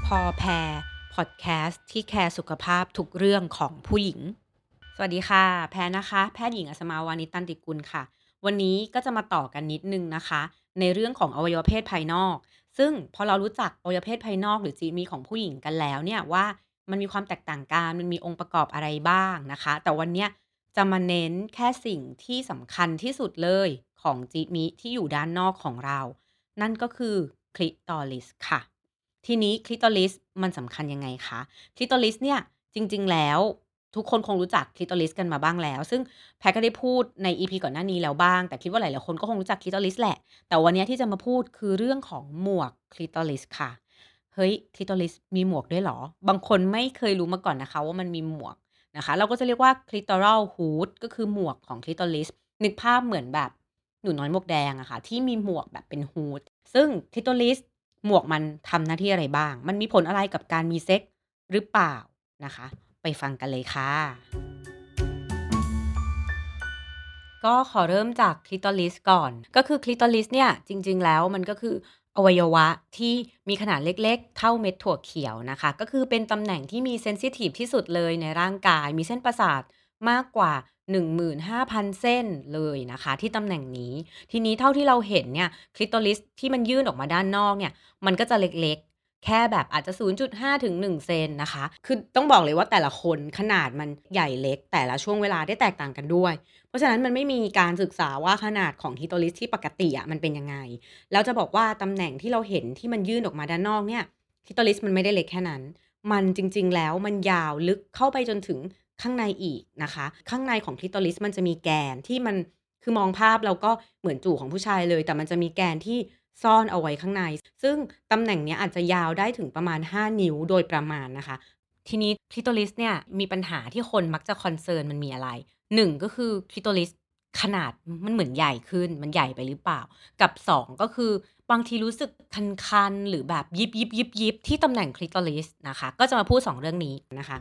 พอแพรพอดแคสต์ที่แคร์สุขภาพทุกเรื่องของผู้หญิงสวัสดีค่ะแพรนะคะแพทย์หญิงอัศมาวานิชตันติกุลค่ะวันนี้ก็จะมาต่อกันนิดนึงนะคะในเรื่องของอวัยวะเพศภายนอกซึ่งพอเรารู้จักอวัยวะเพศภายนอกหรือจีมีของผู้หญิงกันแล้วเนี่ยว่ามันมีความแตกต่างกันมันมีองค์ประกอบอะไรบ้างนะคะแต่วันเนี้ยจะมาเน้นแค่สิ่งที่สำคัญที่สุดเลยของจีมีที่อยู่ด้านนอกของเรานั่นก็คือคลิตอริสค่ะ ทีนี้คลิตอริสมันสำคัญยังไงคะคลิตอริสเนี่ยจริงๆแล้วทุกคนคงรู้จักคลิตอริสกันมาบ้างแล้วซึ่งแพทย์ก็ได้พูดใน EP ก่อนหน้านี้แล้วบ้างแต่คิดว่าหลายๆคนก็คงรู้จักคลิตอริสแหละแต่วันเนี้ยที่จะมาพูดคือเรื่องของหมวกคลิตอริสค่ะเฮ้ยคลิตอริสมีหมวกด้วยเหรอบางคนไม่เคยรู้มาก่อนนะคะว่ามันมีหมวกนะคะเราก็จะเรียกว่า clitoral hood ก็คือหมวกของคลิตอริสนึกภาพเหมือนแบบหนูน้อยหมวกแดงอะค่ะที่มีหมวกแบบเป็น hood ซึ่งคลิตอริสหมวกมันทำหน้าที่อะไรบ้าง มันมีผลอะไรกับการมีเซ็กส์หรือเปล่านะคะไปฟังกันเลยค่ะก็ขอเริ่มจากคลิตอริสก่อนก็คือคลิตอริสเนี่ยจริงๆแล้วมันก็คืออวัยวะที่มีขนาดเล็กๆเท่าเม็ดถั่วเขียวนะคะก็คือเป็นตำแหน่งที่มีเซนซิทีฟที่สุดเลยในร่างกายมีเส้นประสาทมากกว่า15,000เส้นเลยนะคะที่ตำแหน่งนี้ทีนี้เท่าที่เราเห็นเนี่ยคลิตอริสที่มันยื่นออกมาด้านนอกเนี่ย มันก็จะเล็กๆ แค่แบบอาจจะ0.5ถึง1เซนนะคะ คือต้องบอกเลยว่าแต่ละคนขนาดมันใหญ่เล็กแต่ละช่วงเวลาได้แตกต่างกันด้วย เพราะฉะนั้นมันไม่มีการศึกษาว่าขนาดของ clitoris ที่ปกติอะมันเป็นยังไง แล้วจะบอกว่าตำแหน่งที่เราเห็นที่มันยื่นออกมาด้านนอกเนี่ย clitoris มันไม่ได้เล็กแค่นั้น มันจริงๆแล้วมันยาวลึกเข้าไปจนถึงข้างในอีกนะคะข้างในของ clitoris มันจะมีแกนที่มันคือมองภาพแล้วก็เหมือนจู่ของผู้ชายเลยแต่มันจะมีแกนที่ซ่อนเอาไว้ข้างในซึ่งตำแหน่งเนี้ยอาจจะยาวได้ถึงประมาณ5นิ้วโดยประมาณนะคะทีนี้ clitoris เนี่ยมีปัญหาที่คนมักจะ concern มันมีอะไร1ก็คือ clitoris ขนาดมันเหมือนใหญ่ขึ้นมันใหญ่ไปหรือเปล่ากับ2ก็คือบางทีรู้สึกคันๆหรือแบบยิบๆๆๆที่ตำแหน่ง clitoris นะคะก็จะมาพูด2เรื่องนี้นะคะ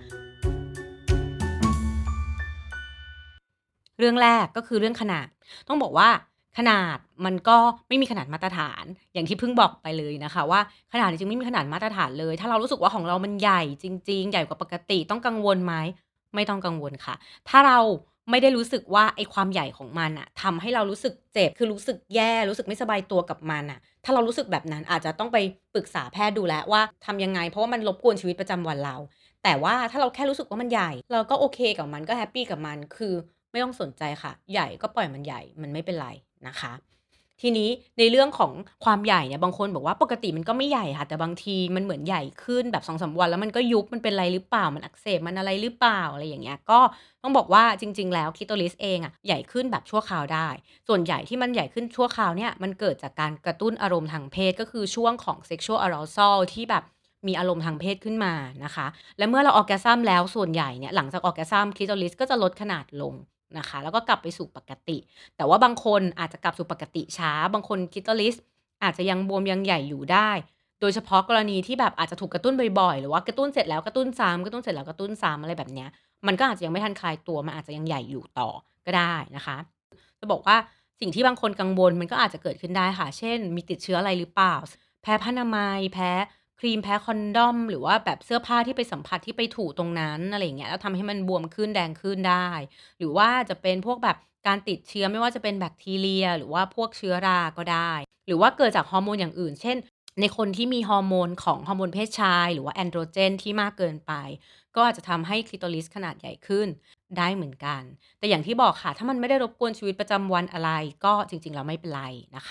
เรื่องแรกก็คือเรื่องขนาดต้องบอกว่าขนาดมันก็ไม่มีขนาดมาตรฐานอย่างที่เพิ่งบอกไปเลยนะคะว่าขนาดจริงๆไม่มีขนาดมาตรฐานเลยถ้าเรารู้สึกว่าของเรามันใหญ่จริงๆใหญ่กว่าปกติต้องกังวลไหมไม่ต้องกังวลค่ะถ้าเราไม่ได้รู้สึกว่าไอ้ความใหญ่ของมันน่ะทำให้เรารู้สึกเจ็บคือรู้สึกแย่รู้สึกไม่สบายตัวกับมันน่ะถ้าเรารู้สึกแบบนั้นอาจจะต้องไปปรึกษาแพทย์ดูแล้วว่าทำยังไงเพราะว่ามันรบกวนชีวิตประจำวันเราแต่ว่าถ้าเราแค่รู้สึกว่ามันใหญ่เราก็โอเคกับมันก็แฮปปีกับมันคือ ไม่ต้องสนใจค่ะใหญ่ก็ปล่อยมันใหญ่มันไม่เป็นไรนะคะทีนี้ในเรื่องของความใหญ่เนี่ยบางคนบอกว่าปกติมันก็ไม่ใหญ่ค่ะแต่บางทีมันเหมือนใหญ่ขึ้นแบบ2-3วันแล้วมันก็ยุบมันเป็นไรหรือเปล่ามันอักเสบมันอะไรหรือเปล่าอะไรอย่างเงี้ยก็ต้องบอกว่าจริงๆแล้ว Clitoris เองอะใหญ่ขึ้นแบบชั่วคราวได้ส่วนใหญ่ที่มันใหญ่ขึ้นชั่วคราวเนี่ยมันเกิดจากการกระตุ้นอารมณ์ทางเพศก็คือช่วงของ sexual arousal ที่แบบมีอารมณ์ทางเพศขึ้นมานะคะและเมื่อเรา orgasm แล้วส่วนใหญ่เนี่ยหลังจาก orgasm Clitoris ก็จะลดขนาดลง นะคะแล้วก็กลับไปสู่ปกติแต่ว่าบางคนอาจจะกลับสู่ปกติช้าบางคน Clitoris อาจจะยังบวมยังใหญ่อยู่ได้โดยเฉพาะกรณีที่แบบอาจจะถูกกระตุ้นบ่อยๆหรือว่ากระตุ้นเสร็จแล้วกระตุ้นซ้ำกระตุ้นเสร็จแล้วกระตุ้นซ้ำอะไรแบบเนี้ยมันก็อาจจะยังไม่ทันคลายตัวมันอาจจะยังใหญ่อยู่ต่อก็ได้นะคะจะบอกว่าสิ่งที่บางคนกังวลมันก็อาจจะเกิดขึ้นได้ค่ะเช่นมีติดเชื้ออะไรหรือเปล่าแพ้ผ้าอนามัยแพ้ครีมแพ้คอนดอมหรือว่าแบบเสื้อผ้าที่ไปสัมผัสที่ไปถูตรงนั้นอะไรอย่างเงี้ยแล้วทำให้มันบวมขึ้นแดงขึ้นได้ หรือว่าจะเป็นพวกแบบการติดเชื้อไม่ว่าจะเป็นแบคทีเรียหรือว่าพวกเชื้อราก็ได้หรือว่าเกิดจากฮอร์โมนอย่างอื่นเช่นในคนที่มีฮอร์โมนของฮอร์โมนเพศชายหรือว่า Androgen ที่มากเกินไปก็อาจจะทำให้ Clitoris ขนาดใหญ่ขึ้นได้เหมือนกันแต่อย่างที่บอกค่ะถ้ามันไม่ได้รบกวนชีวิตประจำวันอะไรก็จริงๆแล้วไม่เป็นไรนะคะ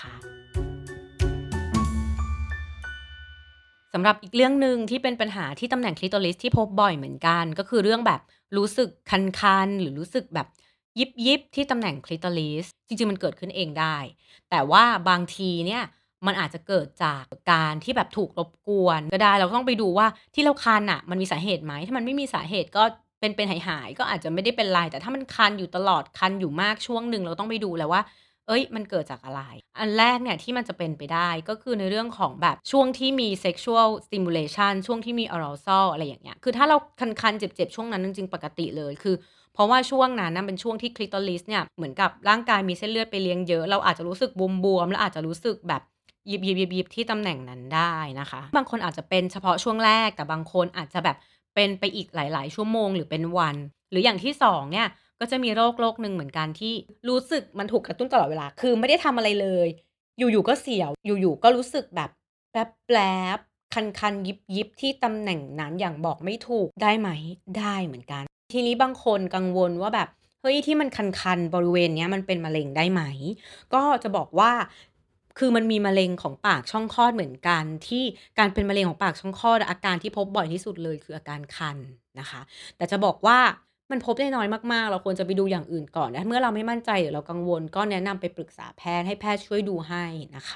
สำหรับอีกเรื่องหนึ่งที่เป็นปัญหาที่ตำแหน่ง Clitoris ที่พบบ่อยเหมือนกันก็คือเรื่องแบบรู้สึกคันๆหรือรู้สึกแบบยิบๆที่ตำแหน่ง Clitoris จริงๆมันเกิดขึ้นเองได้แต่ว่าบางทีเนี่ยมันอาจจะเกิดจากการที่แบบถูกรบกวนก็ได้เราก็ต้องไปดูว่าที่เราคันน่ะมันมีสาเหตุไหมถ้ามันไม่มีสาเหตุก็เป็นๆหายๆก็อาจจะไม่ได้เป็นไรแต่ถ้ามันคันอยู่ตลอดคันอยู่มากช่วงหนึ่งเราต้องไปดูแล้วว่า เอ้ยมันเกิดจากอะไร อันแรกเนี่ยที่มันจะเป็นไปได้ก็คือในเรื่องของแบบช่วงที่มี sexual stimulation ช่วงที่มี arousal อะไรอย่างเงี้ยคือถ้าเราคันๆเจ็บๆช่วงนั้นจริงๆปกติเลยคือเพราะว่าช่วงนั้นน่ะเป็นช่วงที่ clitoris เนี่ยเหมือนกับร่างกายมีเส้นเลือดไปเลี้ยงเยอะเราอาจจะรู้สึกบวมๆแล้วอาจจะรู้สึกแบบยิบๆๆๆที่ตำแหน่งนั้นได้นะคะบางคนอาจจะเป็นเฉพาะช่วงแรกแต่บางคนอาจจะแบบเป็นไปอีกหลายๆชั่วโมงหรือเป็นวันหรืออย่างที่2เนี่ยก็จะมีโรคหนึ่งเหมือนกันที่รู้สึกมันถูกกระตุ้นตลอดเวลาคือไม่ได้ทำอะไรเลยอยู่ๆก็เสียวอยู่ๆก็รู้สึกแบบแป๊บๆคันๆยิบๆที่ตำแหน่งนั้นอย่างบอกไม่ถูกได้ไหมได้เหมือนกันทีนี้บางคนกังวลว่าแบบเฮ้ยที่มันคันๆบริเวณเนี้ยมันเป็นมะเร็งได้ไหม ก็จะบอกว่าคือมันมีมะเร็งของปากช่องคลอดเหมือนกันที่การเป็นมะเร็งของปากช่องคลอดอะอาการที่พบบ่อยที่สุดเลยคืออาการคันนะคะแต่จะบอกว่ามันพบได้น้อยมากๆเราควรจะไปดูอย่างอื่นก่อนนะเมื่อเราไม่มั่นใจหรือเรากังวลก็แนะนำไปปรึกษาแพทย์ให้แพทย์ช่วยดูให้นะคะ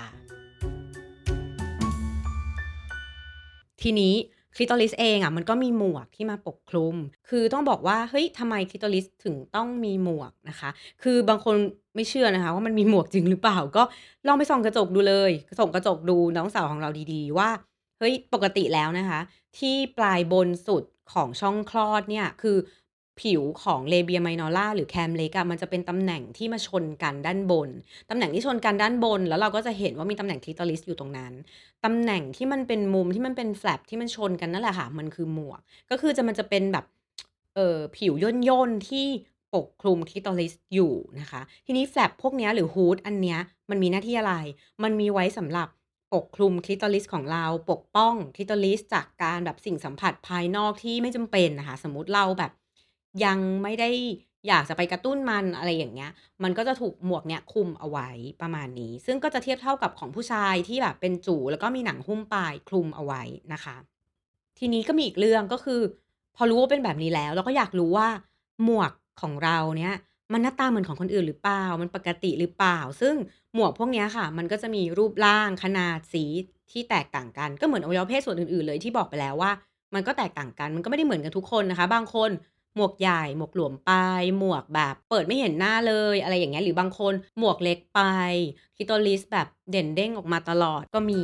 ทีนี้ Clitoris เองอะมันก็มีหมวกที่มาปกคลุม คือต้องบอกว่าเฮ้ยทำไม Clitoris ถึงต้องมีหมวกนะคะ คือบางคนไม่เชื่อนะคะว่ามันมีหมวกจริงหรือเปล่า ก็ลองไปส่องกระจกดูเลยส่องกระจกดูน้องสาวของเราดีๆว่าเฮ้ยปกติแล้วนะคะที่ปลายบนสุดของช่องคลอดเนี่ยคือผิวของ Labia minora หรือแคมเล็กอะมันจะเป็นตำแหน่งที่มาชนกันด้านบนตำแหน่งที่ชนกันด้านบนแล้วเราก็จะเห็นว่ามีตำแหน่ง Clitoris อยู่ตรงนั้น ตำแหน่งที่มันเป็นมุมที่มันเป็น flap ที่มันชนกันนั่นแหละค่ะมันคือหมวกก็คือมันจะเป็นแบบผิวย่นๆที่ปกคลุม clitoris อยู่นะคะทีนี้ flap พวกเนี้ยหรือ hood อันเนี้ยมันมีหน้าที่อะไรมันมีไว้สำหรับปกคลุม clitoris ของเราปกป้อง clitoris จากการแบบสิ่งสัมผัสภายนอกที่ไม่จำเป็นน่ะค่ะสมมุติเราแบบยังไม่ได้อยากจะไปกระตุ้นมันอะไรอย่างเงี้ย มันก็จะถูกหมวกเนี้ยคลุมเอาไว้ประมาณนี้ซึ่งก็จะเทียบเท่ากับของผู้ชายที่แบบเป็นจู่แล้วก็มีหนังหุ้มปลายคลุมเอาไว้นะคะทีนี้ก็มีอีกเรื่องก็คือพอรู้ว่าเป็นแบบนี้แล้วเราก็อยากรู้ว่าหมวกของเราเนี่ยมันหน้าตาเหมือนของคนอื่นหรือเปล่ามันปกติหรือเปล่าซึ่งหมวกพวกเนี้ยค่ะมันก็จะมีรูปร่างขนาดสีที่แตกต่างกันก็เหมือนอวัยวะเพศส่วนอื่นๆเลยที่บอกไปแล้วว่ามันก็แตกต่างกันมันก็ไม่ได้เหมือนกันทุกคนนะคะบางคน หมวกใหญ่หมวกหลวมไปหมวกแบบเปิดไม่เห็นหน้าเลยอะไรอย่างเงี้ยหรือบางคนหมวกเล็กไป Clitoris แบบเด่นเด้งออกมาตลอดก็มี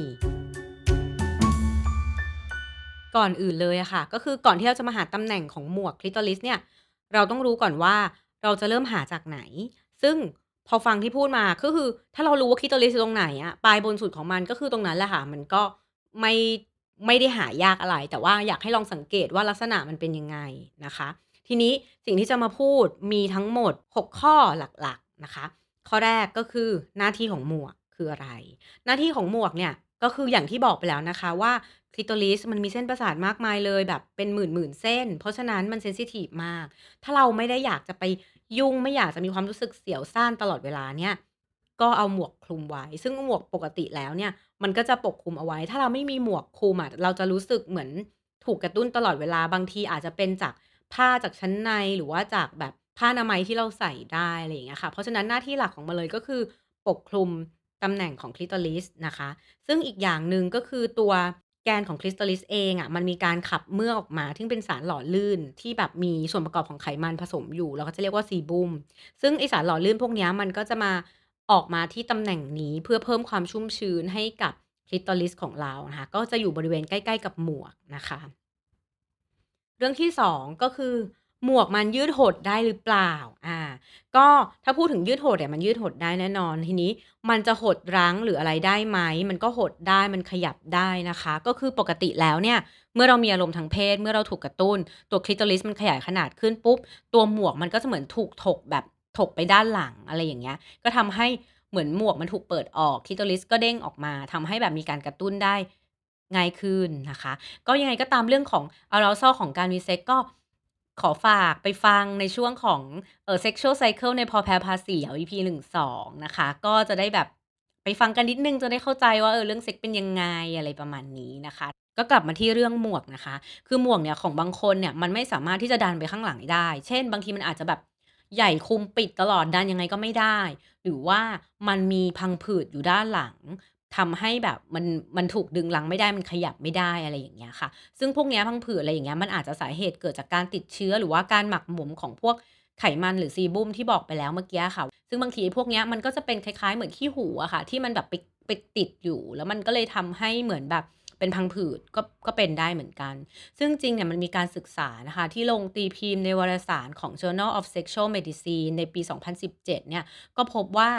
ก่อนอื่นเลยอะค่ะก็คือก่อนที่เราจะมาหาตำแหน่งของหมวก Clitoris เนี่ยเราต้องรู้ก่อนว่าเราจะเริ่มหาจากไหนซึ่งพอฟังที่พูดมาก็คือถ้าเรารู้ว่า Clitoris อยู่ตรงไหนอะปลายบนสุดของมันก็คือตรงนั้นแหละค่ะมันก็ไม่ไม่ได้หายากอะไรแต่ว่าอยากให้ลองสังเกตว่าลักษณะมันเป็นยังไงนะคะทีนี้สิ่งที่จะมาพูดมีทั้งหมด6ข้อหลักๆนะคะข้อแรกก็คือหน้าที่ของหมวกคืออะไร หน้าที่ของหมวกเนี่ยก็คืออย่างที่บอกไปแล้วนะคะว่า Clitoris มันมีเส้นประสาทมากมายเลยแบบเป็นหมื่นๆเส้นเพราะฉะนั้นมันเซนซิทิฟมากถ้าเราไม่ได้อยากจะไปยุ่งไม่อยากจะมีความรู้สึกเสียวซ่านตลอดเวลาเนี่ยก็เอาหมวกคลุมไว้ซึ่งหมวกปกติแล้วเนี่ยมันก็จะปกคลุมเอาไว้ถ้าเราไม่มีหมวกคลุมอะเราจะรู้สึกเหมือนถูกกระตุ้นตลอดเวลาบางทีอาจจะเป็นจากผ้าจากชั้นในหรือว่าจากแบบผ้าอนามัยที่เราใส่ได้อะไรอย่างเงี้ยค่ะเพราะฉะนั้นหน้าที่หลักของมันเลยก็คือปกคลุม ตำแหน่งของ Clitoris นะคะซึ่งอีกอย่างหนึ่งก็คือตัวแกนของ Clitoris เองอะมันมีการขับเมือกออกมาซึ่งเป็นสารหล่อลื่นที่แบบมีส่วนประกอบของไขมันผสมอยู่เราก็จะเรียกว่า Sebum ซึ่งไอ้สารหล่อลื่นพวกเนี้ยมันก็จะมาออกมาที่ตำแหน่งนี้เพื่อเพิ่มความชุ่มชื้นให้กับ Clitoris ของเรานะคะก็จะอยู่บริเวณใกล้ๆกับหมวกนะคะ เรื่องที่2ก็คือหมวกมันยืดหดได้หรือเปล่าอาก็ถ้าพูดถึงยืดหดเนี่ยมันยืดหดได้แน่นอนทีนี้มันจะหดรั้งหรืออะไรได้ไหมมันก็หดได้มันขยับได้นะคะก็คือปกติแล้วเนี่ยเมื่อเรามีอารมณ์ทางเพศเมื่อเราถูกกระตุ้นตัว Clitoris มันขยายขนาดขึ้นปุ๊บตัวหมวกมันก็จะเหมือนถูกถกแบบถกไปด้านหลังอะไรอย่างเงี้ยก็ทำให้เหมือนหมวกมันถูกเปิดออก Clitoris ก็เด้งออกมาทำให้แบบมีการกระตุ้นได้ง่ายขึ้นนะคะ ก็ยังไงก็ตามเรื่องของ arousal ของการมีเซ็กก็ขอฝากไปฟังในช่วงของSexual Cycle ในพอแพรพาสีอีพี1-2นะคะก็จะได้แบบไปฟังกันนิดหนึ่งจะได้เข้าใจว่าเรื่องเซ็กเป็นยังไงอะไรประมาณนี้นะคะก็กลับมาที่เรื่องหมวกนะคะคือหมวกเนี่ยของบางคนเนี่ยมันไม่สามารถที่จะดันไปข้างหลังได้เช่นบางทีมันอาจจะแบบใหญ่คลุมปิดตลอดดันยังไงก็ไม่ได้หรือว่ามันมีพังผืดอยู่ด้านหลัง ทำให้แบบมันถูกดึงรั้งไม่ได้มันขยับไม่ได้อะไรอย่างเงี้ยค่ะซึ่งพวกเนี้ยพังผืดอะไรอย่างเงี้ยมันอาจจะสาเหตุเกิดจากการติดเชื้อหรือว่าการหมักหมมของพวกไขมันหรือซีบัมที่บอกไปแล้วเมื่อกี้อะค่ะซึ่งบางทีไอ้พวกเนี้ยมันก็จะเป็นคล้ายๆเหมือนขี้หูอะค่ะที่มันแบบไปติดอยู่แล้วมันก็เลยทำให้เหมือนแบบเป็นพังผืดก็เป็นได้เหมือนกันซึ่งจริงเนี่ยมันมีการศึกษานะคะที่ลงตีพิมพ์ในวารสารของ Journal of Sexual Medicine ในปี2017เนี่ยก็พบว่า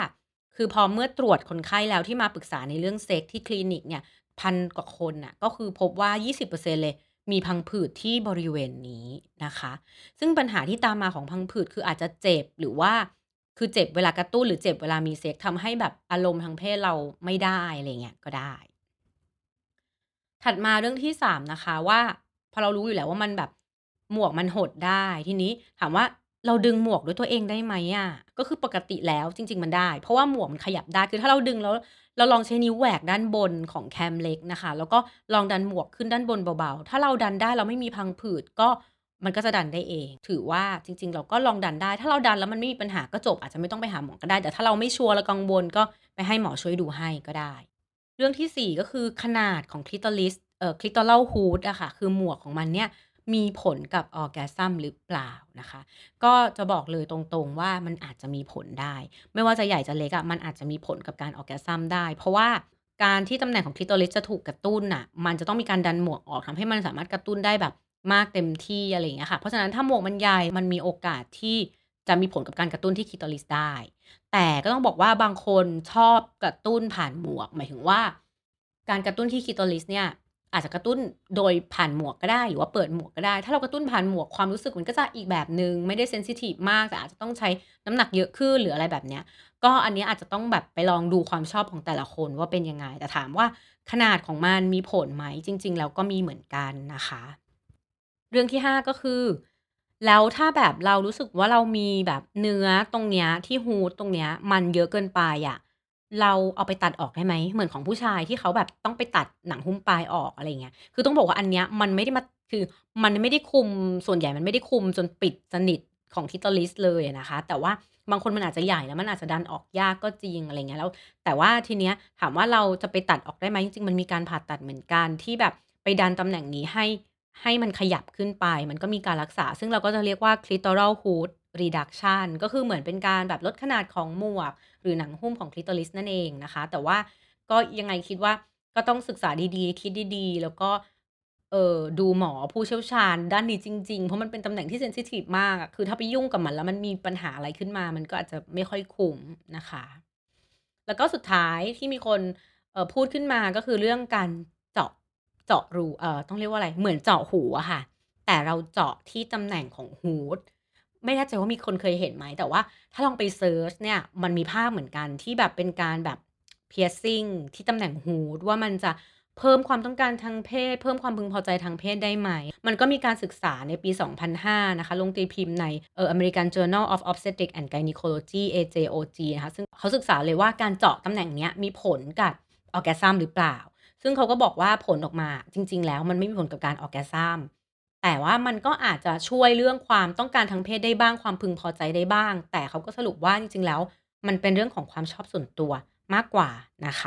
คือพอเมื่อตรวจคนไข้แล้วที่มาปรึกษาในเรื่องเซ็กที่คลินิกเนี่ยพันกว่าคนน่ะก็คือพบว่า20%เปอร์เซ็นต์เลยมีพังผืดที่บริเวณนี้นะคะซึ่งปัญหาที่ตามมาของพังผืดคืออาจจะเจ็บหรือว่าคือเจ็บเวลากระตุ้นหรือเจ็บเวลามีเซ็กซ์ทำให้แบบอารมณ์ทางเพศเราไม่ได้อะไรเงี้ยก็ได้ ถัดมาเรื่องที่3นะคะว่าพอเรารู้อยู่แล้วว่ามันแบบหมวกมันหดได้ทีนี้ถามว่าเราดึงหมวกด้วยตัวเองได้ไหมอะก็คือปกติแล้วจริงๆมันได้เพราะว่าหมวกมันขยับได้คือถ้าเราดึงแล้วเราลองใช้นิ้วแหวกด้านบนของแคมเล็กนะคะแล้วก็ลองดันหมวกขึ้นด้านบนเบาๆถ้าเราดันได้เราไม่มีพังผืดก็มันก็จะดันได้เองถือว่าจริงๆเราก็ลองดันได้ถ้าเราดันแล้วมันไม่มีปัญหาก็จบอาจจะไม่ต้องไปหาหมอก็ได้แต่ถ้าเราไม่ชัวร์เรากังวลก็ไปให้หมอช่วยดูให้ก็ได้ เรื่องที่4ก็คือขนาดของ clitoris clitoral hood อะค่ะคือหมวกของมันเนี่ยมีผลกับ orgasm หรือเปล่านะคะก็จะบอกเลยตรงๆว่ามันอาจจะมีผลได้ไม่ว่าจะใหญ่จะเล็กอะมันอาจจะมีผลกับการ orgasm ได้เพราะว่าการที่ตำแหน่งของ clitoris จะถูกกระตุ้นน่ะมันจะต้องมีการดันหมวกออกทำให้มันสามารถกระตุ้นได้แบบมากเต็มที่อะไรอย่างเงี้ยค่ะเพราะฉะนั้นถ้าหมวกมันใหญ่มันมีโอกาสที่จะมีผลกับการกระตุ้นที่ clitoris ได้ แต่ก็ต้องบอกว่าบางคนชอบกระตุ้นผ่านหมวกหมายถึงว่าการกระตุ้นที่ clitoris เนี่ยอาจจะกระตุ้นโดยผ่านหมวกก็ได้หรือว่าเปิดหมวกก็ได้ถ้าเรากระตุ้นผ่านหมวกความรู้สึกมันก็จะอีกแบบหนึ่งไม่ได้เซนซิทิฟมากแต่อาจจะต้องใช้น้ำหนักเยอะขึ้นหรืออะไรแบบเนี้ยก็อันเนี้ยอาจจะต้องแบบไปลองดูความชอบของแต่ละคนว่าเป็นยังไงแต่ถามว่าขนาดของมันมีผลไหมจริงๆแล้วก็มีเหมือนกันนะคะ เรื่องที่5ก็คือแล้วถ้าแบบเรารู้สึกว่าเรามีแบบเนื้อตรงเนี้ยที่ Hood ตรงเนี้ยมันเยอะเกินไปอะเราเอาไปตัดออกได้ไหมเหมือนของผู้ชายที่เขาแบบต้องไปตัดหนังหุ้มปลายออกอะไรอย่างเงี้ยคือต้องบอกว่าอันเนี้ยมันไม่ได้มาคือมันไม่ได้คุมส่วนใหญ่มันไม่ได้คุมจนปิดสนิทของ clitoris เลยอะนะคะแต่ว่าบางคนมันอาจจะใหญ่แล้วมันอาจจะดันออกยากก็จริงอะไรอย่างเงี้ยแล้วแต่ว่าทีเนี้ยถามว่าเราจะไปตัดออกได้ไหมจริงๆมันมีการผ่าตัดเหมือนกันที่แบบไปดันตำแหน่งนี้ให้มันขยับขึ้นไปมันก็มีการรักษาซึ่งเราก็จะเรียกว่า clitoral hood reduction ก็คือเหมือนเป็นการแบบลดขนาดของหมวกหรือหนังหุ้มของ clitoris นั่นเองนะคะแต่ว่าก็ยังไงคิดว่าก็ต้องศึกษาดีๆคิดดีๆแล้วก็ดูหมอผู้เชี่ยวชาญด้านนี้จริงๆเพราะมันเป็นตำแหน่งที่เซนซิทิฟมากอะคือถ้าไปยุ่งกับมันแล้วมันมีปัญหาอะไรขึ้นมามันก็อาจจะไม่ค่อยคุ้มนะคะ แล้วก็สุดท้ายที่มีคนพูดขึ้นมาก็คือเรื่องการเจาะเจาะรูต้องเรียกว่าอะไรเหมือนเจาะหูอะค่ะแต่เราเจาะที่ตำแหน่งของ Hood ไม่แน่ใจว่ามีคนเคยเห็นไหมแต่ว่าถ้าลองไปเซิร์ชเนี่ยมันมีภาพเหมือนกันที่แบบเป็นการแบบ piercing ที่ตำแหน่ง Hood ว่ามันจะเพิ่มความต้องการทางเพศเพิ่มความพึงพอใจทางเพศได้ไหมมันก็มีการศึกษาในปี2005นะคะลงตีพิมพ์ในAmerican Journal of Obstetrics and Gynecology AJOG นะคะซึ่งเขาศึกษาเลยว่าการเจาะตำแหน่งเนี้ยมีผลกับ orgasm หรือเปล่าซึ่งเขาก็บอกว่าผลออกมาจริงๆแล้วมันไม่มีผลกับการ orgasm แต่ว่ามันก็อาจจะช่วยเรื่องความต้องการทางเพศได้บ้างความพึงพอใจได้บ้างแต่เขาก็สรุปว่าจริงๆแล้วมันเป็นเรื่องของความชอบส่วนตัวมากกว่านะคะ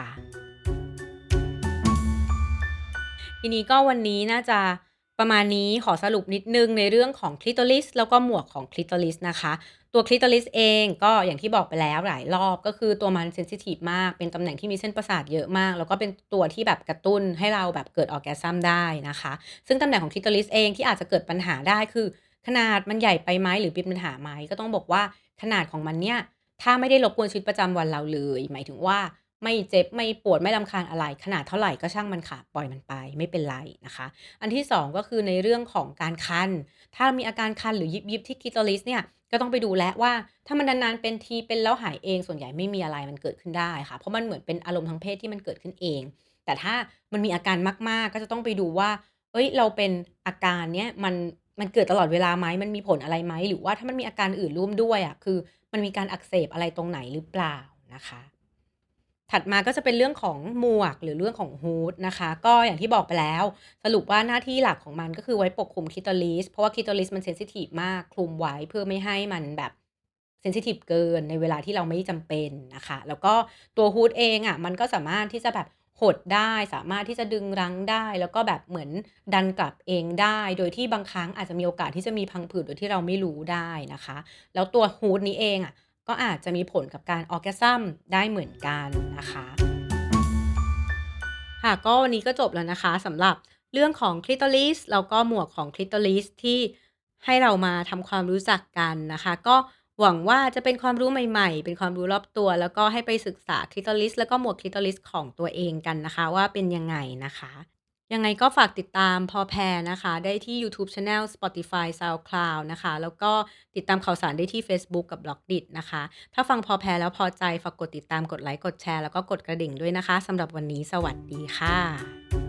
ทีนี้ก็วันนี้น่าจะประมาณนี้ขอสรุปนิดหนึ่งในเรื่องของ Clitoris แล้วก็หมวกของ Clitoris นะคะตัว Clitoris เองก็อย่างที่บอกไปแล้วหลายรอบก็คือตัวมันเซนซิทิฟมากเป็นตำแหน่งที่มีเส้นประสาทเยอะมากแล้วก็เป็นตัวที่แบบกระตุ้นให้เราแบบเกิด Orgasm ได้นะคะซึ่งตำแหน่งของ Clitoris เองที่อาจจะเกิดปัญหาได้คือขนาดมันใหญ่ไปไหมหรือเป็นปัญหาไหมก็ต้องบอกว่าขนาดของมันเนี่ยถ้าไม่ได้รบกวนชีวิตประจำวันเราเลยหมายถึงว่า ไม่เจ็บไม่ปวดไม่รำคาญอะไรขนาดเท่าไรก็ช่างมันค่ะปล่อยมันไปไม่เป็นไรนะคะอันที่2ก็คือในเรื่องของการคันถ้ามีอาการคันหรือยิบๆที่ clitoris เนี่ยก็ต้องไปดูแล้วว่าถ้ามันนานๆเป็นทีเป็นแล้วหายเองส่วนใหญ่ไม่มีอะไรมันเกิดขึ้นได้ค่ะเพราะมันเหมือนเป็นอารมณ์ทางเพศที่มันเกิดขึ้นเองแต่ถ้ามันมีอาการมากๆก็จะต้องไปดูว่าเฮ้ยเราเป็นอาการเนี้ยมันเกิดตลอดเวลาไหมมันมีผลอะไรไหมหรือว่าถ้ามันมีอาการอื่นร่วมด้วยอะคือมันมีการอักเสบอะไรตรงไหนหรือเปล่านะคะ ถัดมาก็จะเป็นเรื่องของหมวกหรือเรื่องของ Hood นะคะก็อย่างที่บอกไปแล้วสรุปว่าหน้าที่หลักของมันก็คือไว้ปกคลุม Clitoris เพราะว่า Clitoris มันเซนซิทิฟมากคลุมไว้เพื่อไม่ให้มันแบบเซนซิทิฟเกินในเวลาที่เราไม่จำเป็นนะคะแล้วก็ตัว Hood เองอะมันก็สามารถที่จะแบบหดได้สามารถที่จะดึงรั้งได้แล้วก็แบบเหมือนดันกลับเองได้โดยที่บางครั้งอาจจะมีโอกาสที่จะมีพังผืดโดยที่เราไม่รู้ได้นะคะแล้วตัว Hood นี้เองอะ ก็อาจจะมีผลกับการ orgasm ได้เหมือนกันนะคะค่ะก็วันนี้ก็จบแล้วนะคะสำหรับเรื่องของ clitoris แล้วก็หมวกของ clitoris ที่ให้เรามาทำความรู้จักกันนะคะก็หวังว่าจะเป็นความรู้ใหม่ๆเป็นความรู้รอบตัวแล้วก็ให้ไปศึกษา Clitoris แล้วก็หมวด Clitoris ของตัวเองกันนะคะว่าเป็นยังไงนะคะยังไงก็ฝากติดตามพอแพรนะคะได้ที่ยูทูบ Channel Spotify SoundCloud นะคะแล้วก็ติดตามข่าวสารได้ที่เฟซบุ๊กกับ Blockdit นะคะถ้าฟังพอแพรแล้วพอใจฝากกดติดตามกดไลก์กดแชร์แล้วก็กดกระดิ่งด้วยนะคะสำหรับวันนี้สวัสดีค่ะ